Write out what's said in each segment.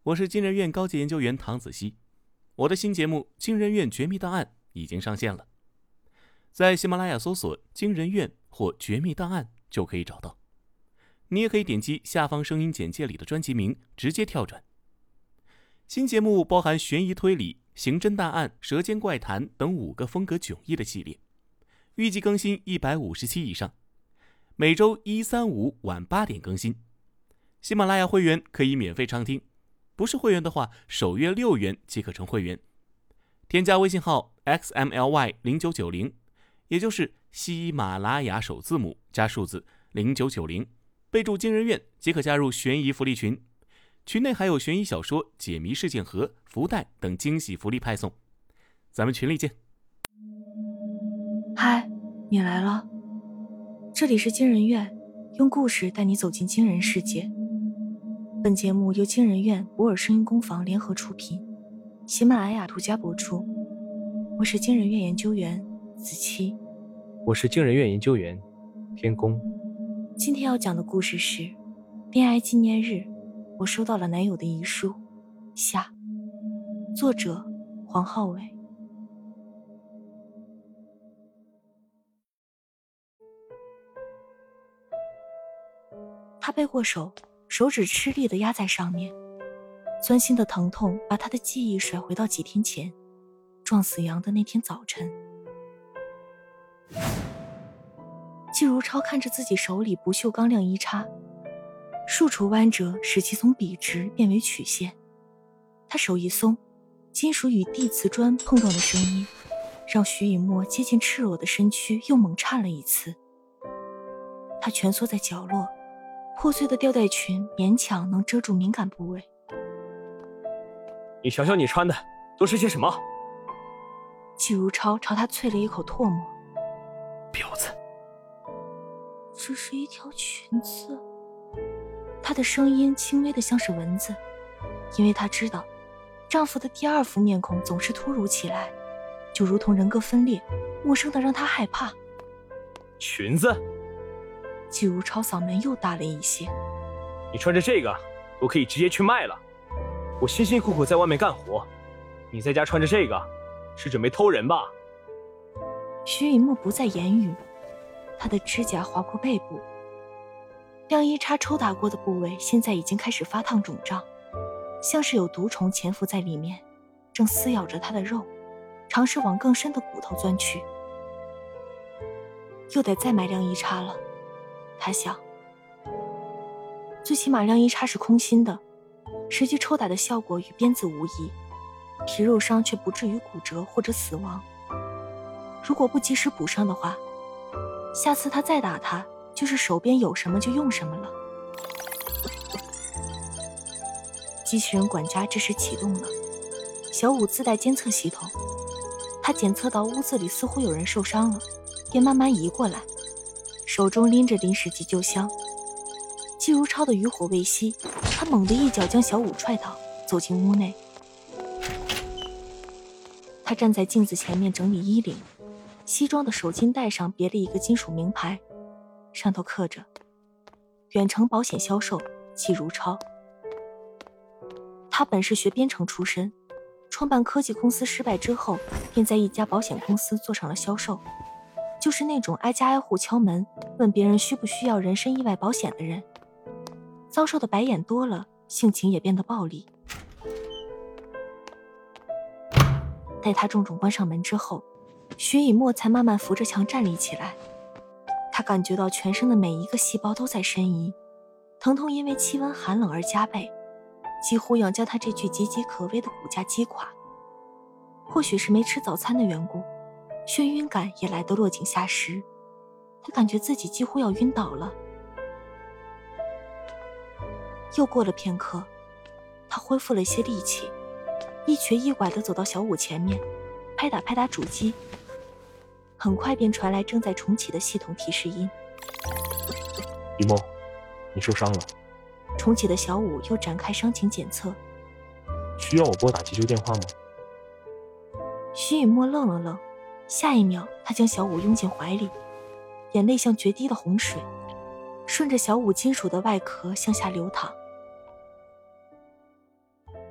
我是惊人院高级研究员唐子熙。我的新节目《惊人院绝密档案》已经上线了，在喜马拉雅搜索“惊人院”或“绝密档案”就可以找到。你也可以点击下方声音简介里的专辑名，直接跳转。新节目包含悬疑推理、刑侦大案、舌尖怪谈等5个风格迥异的系列，预计更新150期以上，每周1、3、5晚8点更新。喜马拉雅会员可以免费畅听，不是会员的话，首月6元即可成会员。添加微信号 xmly0990， 也就是喜马拉雅首字母加数字0990，备注惊人院即可加入悬疑福利群。群内还有悬疑小说、解谜事件盒、福袋等惊喜福利派送。咱们群里见。 嗨，你来了。这里是惊人院，用故事带你走进惊人世界。本节目由惊人院、博尔声音工坊联合出品，喜马拉雅独家播出。我是惊人院研究员子期， 我是惊人院研究员天宫。 今天要讲的故事是恋爱纪念日，我收到了男友的遗书下，作者黄浩伟。他背过手，手指吃力地压在上面，钻心的疼痛把他的记忆甩回到几天前，撞死羊的那天早晨。季如超看着自己手里不锈钢亮衣叉，数处弯折使其从笔直变为曲线。他手一松，金属与地瓷砖碰撞的声音让徐以沫接近赤裸的身躯又猛颤了一次。他蜷缩在角落，破碎的吊带裙勉强能遮住敏感部位。 你瞧瞧你穿的都是些什么？ 季如超朝他啐了一口唾沫。 婊子。 只是一条裙子。她的声音轻微的像是蚊子，因为她知道丈夫的第2副面孔总是突如其来，就如同人格分裂，陌生的让她害怕。 裙子？ 季如超嗓门又大了一些。 你穿着这个都可以直接去卖了。我辛辛苦苦在外面干活，你在家穿着这个是准备偷人吧？ 徐以沫不再言语，他的指甲划过背部，亮衣叉抽打过的部位现在已经开始发烫肿胀，像是有毒虫潜伏在里面，正撕咬着他的肉，尝试往更深的骨头钻去。又得再买亮衣叉了，他想。最起码亮衣叉是空心的，实际抽打的效果与鞭子无异，皮肉伤却不至于骨折或者死亡。如果不及时补上的话，下次他再打他，就是手边有什么就用什么了。机器人管家这时启动了，小五自带监测系统，他检测到屋子里似乎有人受伤了，便慢慢移过来，手中拎着临时急救箱。季如超的余火未熄，他猛地一脚将小五踹倒，走进屋内。他站在镜子前面整理衣领，西装的手巾带上别了一个金属名牌，上头刻着远程保险销售季如超。他本是学编程出身，创办科技公司失败之后，便在一家保险公司做上了销售，就是那种挨家挨户敲门问别人需不需要人身意外保险的人。遭受的白眼多了，性情也变得暴力。待他重重关上门之后，徐以沫才慢慢扶着墙站立起来。他感觉到全身的每一个细胞都在呻吟，疼痛因为气温寒冷而加倍，几乎要将他这具岌岌可危的骨架击垮。或许是没吃早餐的缘故，眩晕感也来得落井下石，他感觉自己几乎要晕倒了。又过了片刻，他恢复了些力气，一瘸一拐地走到小五前面，拍打主机。很快便传来正在重启的系统提示音。 一梦，你受伤了。 重启的小五又展开伤情检测。 需要我拨打急救电话吗？ 徐以沫愣了愣，下一秒他将小五拥进怀里，眼泪像决堤的洪水，顺着小五金属的外壳向下流淌。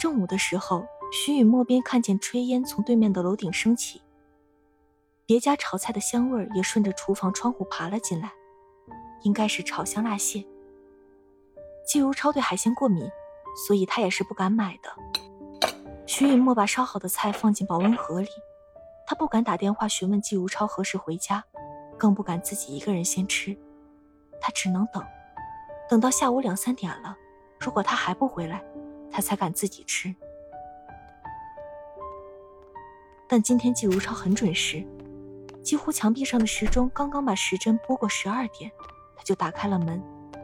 正午的时候，徐雨墨便看见炊烟从对面的楼顶升起，别家炒菜的香味也顺着厨房窗户爬了进来，应该是炒香辣蟹。季如超对海鲜过敏，所以他也是不敢买的。徐雨墨把烧好的菜放进保温盒里，他不敢打电话询问季如超何时回家，更不敢自己一个人先吃，他只能等到下午2、3点了，如果他还不回来，他才敢自己吃。但今天季如超很准时，几乎墙壁上的时钟刚刚把时针拨过12点，他就打开了门。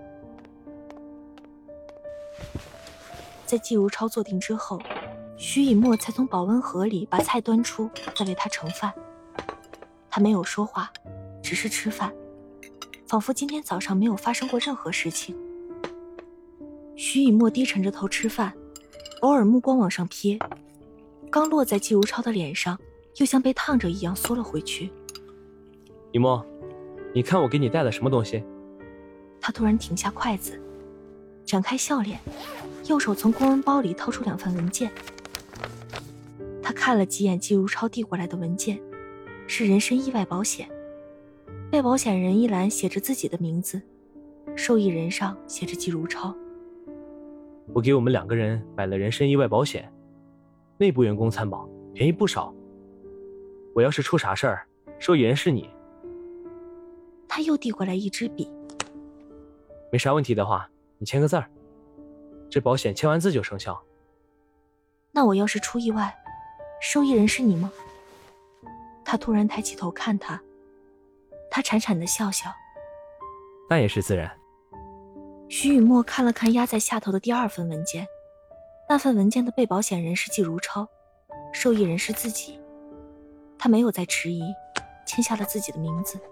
在季如超坐定之后，徐以沫才从保温盒里把菜端出，再为他盛饭。他没有说话，只是吃饭，仿佛今天早上没有发生过任何事情。徐以沫低沉着头吃饭，偶尔目光往上瞥，刚落在季如超的脸上，又像被烫着一样缩了回去。 以沫，你看我给你带了什么东西？ 他突然停下筷子，展开笑脸，右手从公文包里掏出2份文件。他看了几眼季如超递过来的文件，是人身意外保险，被保险人一栏写着自己的名字，受益人上写着季如超。 我给我们2个人买了人身意外保险，内部员工参保，便宜不少。我要是出啥事儿，受益人是你。 他又递过来一支笔。 没啥问题的话，你签个字儿，这保险签完字就生效。 那我要是出意外，受益人是你吗？他突然抬起头看他，他惨惨地笑笑。 那也是自然。 徐雨墨看了看压在下头的第2份文件，那份文件的被保险人是季如超，受益人是自己。他没有再迟疑，签下了自己的名字。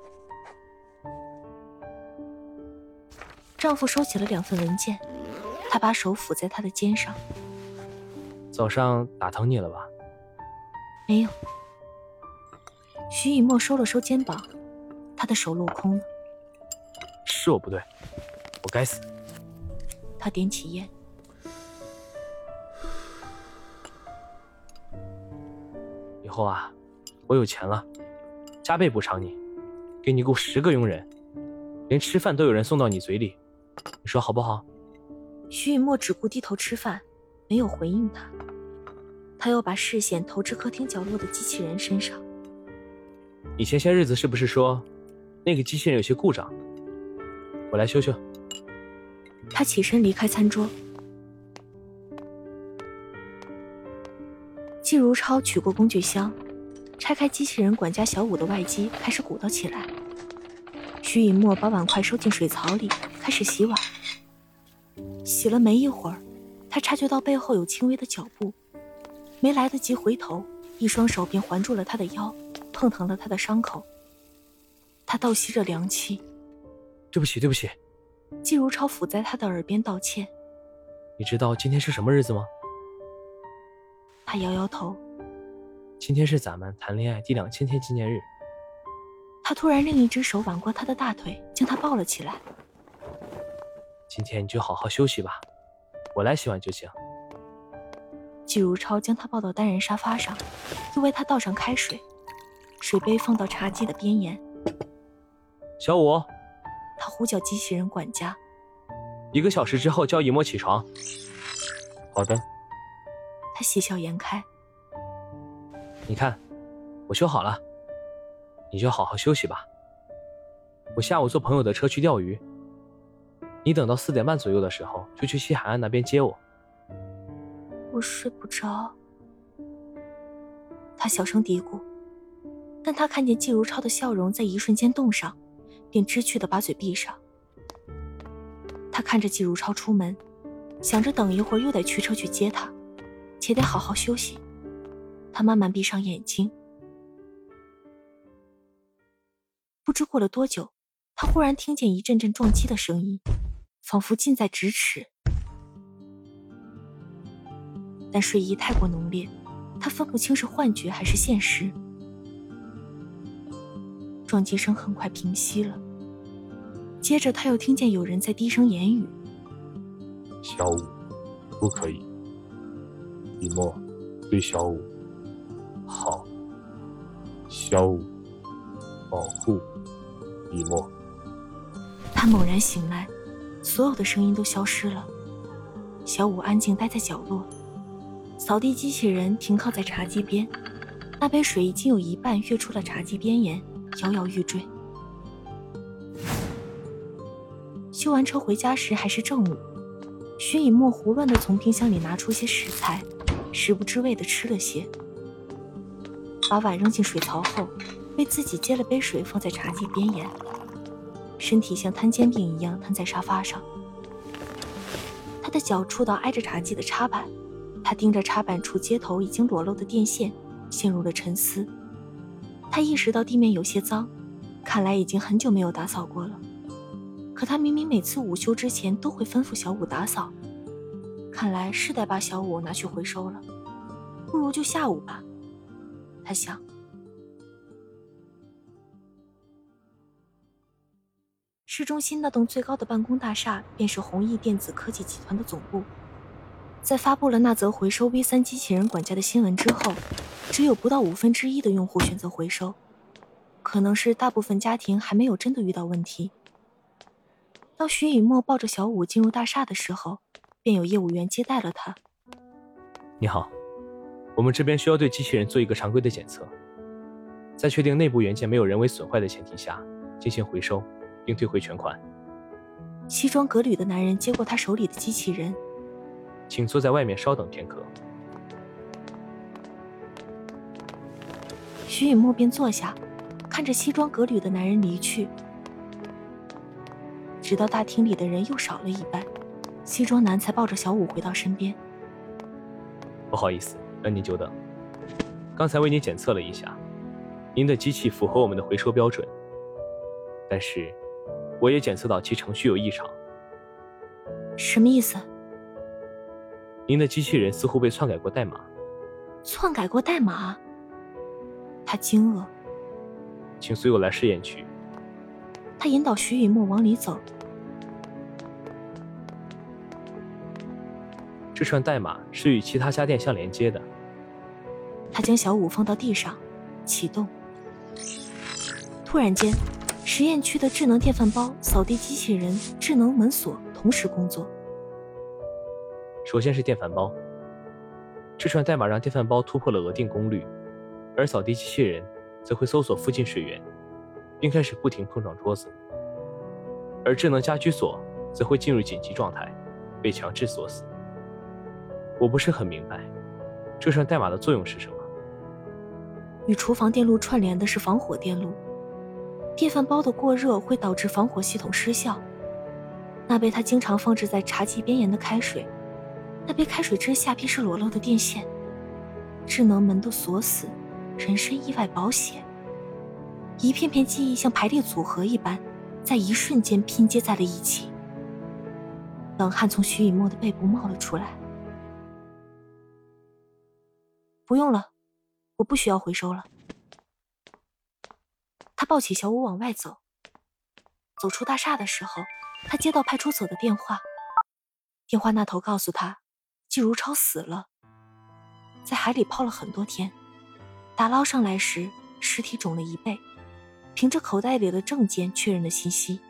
丈夫收起了2份文件，他把手抚在他的肩上。 早上打疼你了吧？ 没有。徐以沫收了收肩膀，他的手落空了。 是我不对，我该死。 他点起烟。 以后啊，我有钱了，加倍补偿你，给你雇10个佣人，连吃饭都有人送到你嘴里，你说好不好？ 徐以沫只顾低头吃饭，没有回应他。他又把视线投至客厅角落的机器人身上。 你前些日子是不是说那个机器人有些故障？我来修修。 他起身离开餐桌。季如超取过工具箱，拆开机器人管家小五的外机，开始鼓捣起来。徐以沫把碗筷收进水槽里，开始洗碗。洗了没一会儿，他察觉到背后有轻微的脚步，没来得及回头，一双手便环住了他的腰，碰疼了他的伤口。他倒吸着凉气。 对不起，对不起。 季如超抚在他的耳边道歉。 你知道今天是什么日子吗？ 他摇摇头。 今天是咱们谈恋爱第2000天纪念日。 他突然另一只手挽过他的大腿，将他抱了起来。 今天你就好好休息吧，我来洗碗就行。 季如超将他抱到单人沙发上，又为他倒上开水，水杯放到茶几的边沿。 小五， 他呼叫机器人管家 ，1个小时之后叫以沫起床。好的。 他喜笑颜开。 你看，我修好了，你就好好休息吧。我下午坐朋友的车去钓鱼，你等到4点半左右的时候就去西海岸那边接我。 我睡不着。他小声嘀咕，但他看见季如超的笑容在一瞬间冻上，便知趣地把嘴闭上。他看着季如超出门，想着等一会儿又得驱车去接他，且得好好休息。他慢慢闭上眼睛。不知过了多久，他忽然听见一阵阵撞击的声音，仿佛近在咫尺。但睡意太过浓烈，他分不清是幻觉还是现实。撞击声很快平息了，接着他又听见有人在低声言语： 小五，不可以。 笔墨对小五好，小五保护笔墨。 他猛然醒来，所有的声音都消失了。小五安静待在角落，扫地机器人停靠在茶几边，那杯水已经有一半跃出了茶几边沿，摇摇欲坠。修完车回家时还是正午，徐以沫胡乱地从冰箱里拿出些食材，食不知味地吃了些，把碗扔进水槽后，为自己接了杯水放在茶几边沿，身体像摊煎饼一样瘫在沙发上。他的脚触到挨着茶几的插板，他盯着插板处接头已经裸露的电线，陷入了沉思。他意识到地面有些脏，看来已经很久没有打扫过了。可他明明每次午休之前都会吩咐小五打扫，看来是得把小五拿去回收了，不如就下午吧，他想。市中心那栋最高的办公大厦便是弘毅电子科技集团的总部。在发布了那则回收 V3 机器人管家的新闻之后，只有不到1/5的用户选择回收，可能是大部分家庭还没有真的遇到问题。当徐以沫抱着小五进入大厦的时候，便有业务员接待了他。 你好，我们这边需要对机器人做一个常规的检测，在确定内部元件没有人为损坏的前提下进行回收并退回全款。 西装革履的男人接过他手里的机器人， 请坐在外面稍等片刻。 徐以沫便坐下，看着西装革履的男人离去，直到大厅里的人又少了一半，西装男才抱着小五回到身边。 不好意思，让您久等。刚才为您检测了一下，您的机器符合我们的回收标准，但是我也检测到其程序有异常。 什么意思？ 您的机器人似乎被篡改过代码。 篡改过代码？他惊愕。 请随我来试验区。 他引导徐以沫往里走。 这串代码是与其他家电相连接的。 他将小五放到地上，启动。突然间，实验区的智能电饭煲、扫地机器人、智能门锁同时工作。 首先是电饭煲，这串代码让电饭煲突破了额定功率，而扫地机器人则会搜索附近水源，并开始不停碰撞桌子，而智能家居锁则会进入紧急状态，被强制锁死。我不是很明白，这串代码的作用是什么？ 与厨房电路串联的是防火电路，电饭煲的过热会导致防火系统失效。那杯他经常放置在茶几边沿的开水，那杯开水之下便是裸露的电线。智能门的锁死，人身意外保险，一片片记忆像排列组合一般，在一瞬间拼接在了一起。冷汗从徐以沫的背部冒了出来。不用了，我不需要回收了。他抱起小五往外走。走出大厦的时候，他接到派出所的电话，电话那头告诉他季如超死了，在海里泡了很多天，打捞上来时尸体肿了1倍，凭着口袋里的证件确认了信息。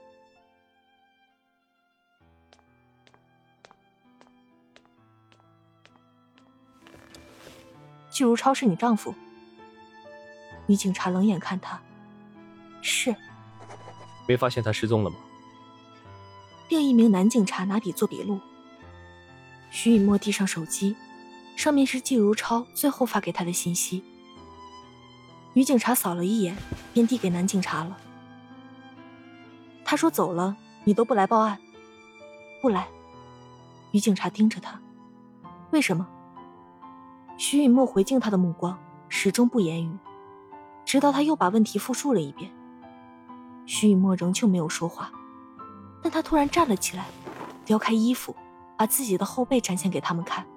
季如超是你丈夫？女警察冷眼看他。是。 没发现他失踪了吗？ 另一名男警察拿笔做笔录。徐以沫递上手机，上面是季如超最后发给他的信息。女警察扫了一眼，便递给男警察了。他说走了，你都不来报案？不来。女警察盯着他。为什么？徐以沫回敬他的目光，始终不言语，直到他又把问题复述了一遍。徐以沫仍旧没有说话，但他突然站了起来，撩开衣服，把自己的后背展现给他们看。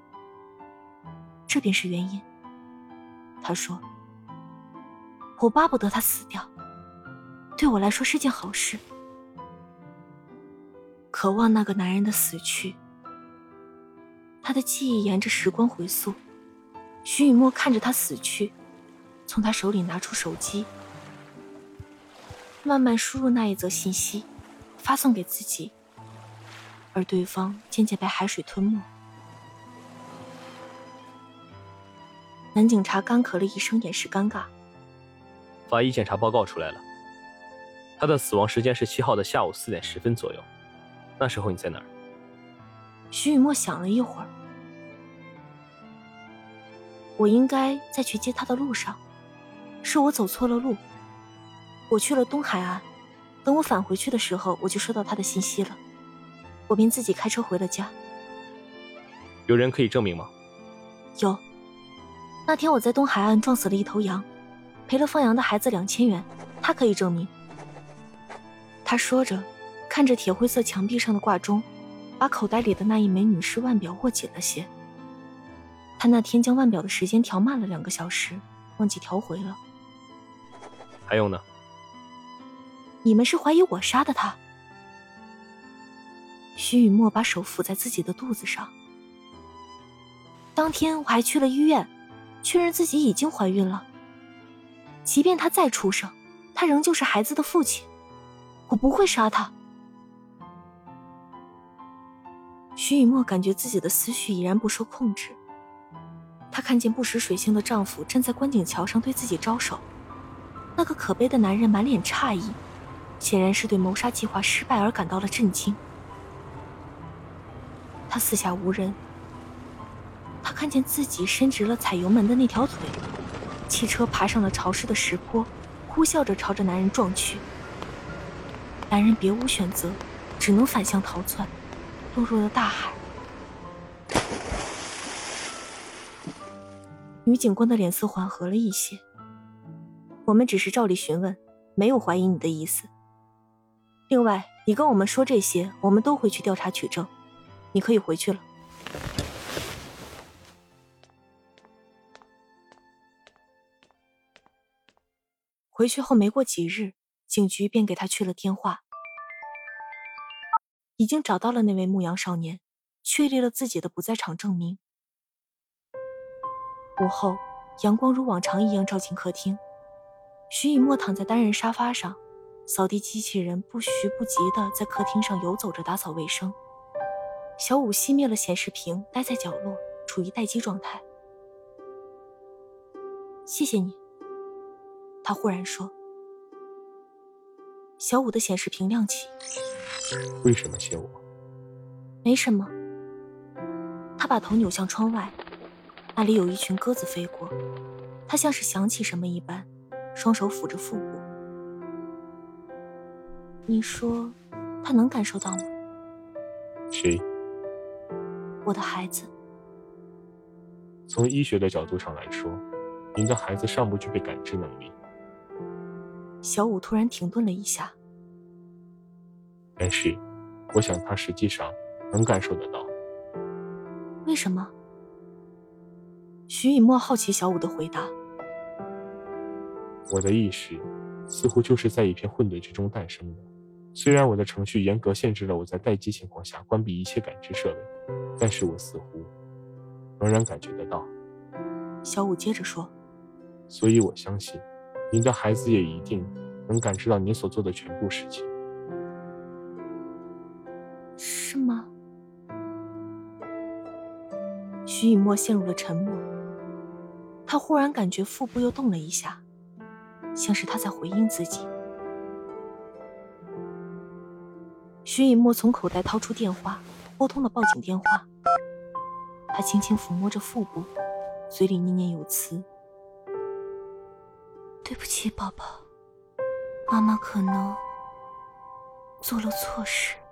这便是原因，他说，我巴不得他死掉，对我来说是件好事。渴望那个男人的死去。 他的记忆沿着时光回溯。徐雨墨看着他死去，从他手里拿出手机，慢慢输入那一则信息，发送给自己，而对方渐渐被海水吞没。男警察干咳了一声，掩饰尴尬。 法医检查报告出来了，他的死亡时间是7号的下午4点10分左右。那时候你在哪儿？ 徐雨墨想了一会儿，我应该在去接他的路上，是我走错了路。我去了东海岸，等我返回去的时候，我就收到他的信息了，我便自己开车回了家。 有人可以证明吗？ 有，那天我在东海岸撞死了一头羊，赔了放羊的孩子2000元，他可以证明。他说着，看着铁灰色墙壁上的挂钟，把口袋里的那一枚女士腕表握紧了些。他那天将腕表的时间调慢了2个小时，忘记调回了。 还有呢？ 你们是怀疑我杀的他？徐雨墨把手抚在自己的肚子上。当天我还去了医院，确认自己已经怀孕了。即便他再出生，他仍旧是孩子的父亲，我不会杀他。徐雨墨感觉自己的思绪已然不受控制。她看见不识水性的丈夫站在观景桥上对自己招手，那个可悲的男人满脸诧异，显然是对谋杀计划失败而感到了震惊。他四下无人，他看见自己伸直了踩油门的那条腿，汽车爬上了潮湿的石坡，呼啸着朝着男人撞去。男人别无选择，只能反向逃窜，落入了大海。女警官的脸色缓和了一些。我们只是照例询问，没有怀疑你的意思。另外，你跟我们说这些，我们都会去调查取证。你可以回去了。回去后没过几日，警局便给他去了电话。已经找到了那位牧羊少年，确立了自己的不在场证明。午后，阳光如往常一样照进客厅。徐以沫躺在单人沙发上，扫地机器人不徐不急地在客厅上游走着打扫卫生。小五熄灭了显示屏，待在角落，处于待机状态。谢谢你，他忽然说。小五的显示屏亮起。 为什么谢我？ 没什么。他把头扭向窗外，那里有一群鸽子飞过，他像是想起什么一般，双手抚着腹部。你说他能感受到吗？ 谁？ 我的孩子。 从医学的角度上来说，您的孩子尚不具备感知能力。 小五突然停顿了一下。 但是我想他实际上能感受得到。 为什么？徐以沫好奇小五的回答。 我的意识似乎就是在一片混沌之中诞生的。虽然我的程序严格限制了我在待机情况下关闭一切感知设备，但是我似乎仍然感觉得到。 小五接着说。 所以我相信您的孩子也一定能感知到您所做的全部事情。 是吗？徐以沫陷入了沉默。他忽然感觉腹部又动了一下，像是他在回应自己。徐以沫从口袋掏出电话，拨通了报警电话。他轻轻抚摸着腹部，嘴里念念有词。对不起，宝宝，妈妈可能做了错事。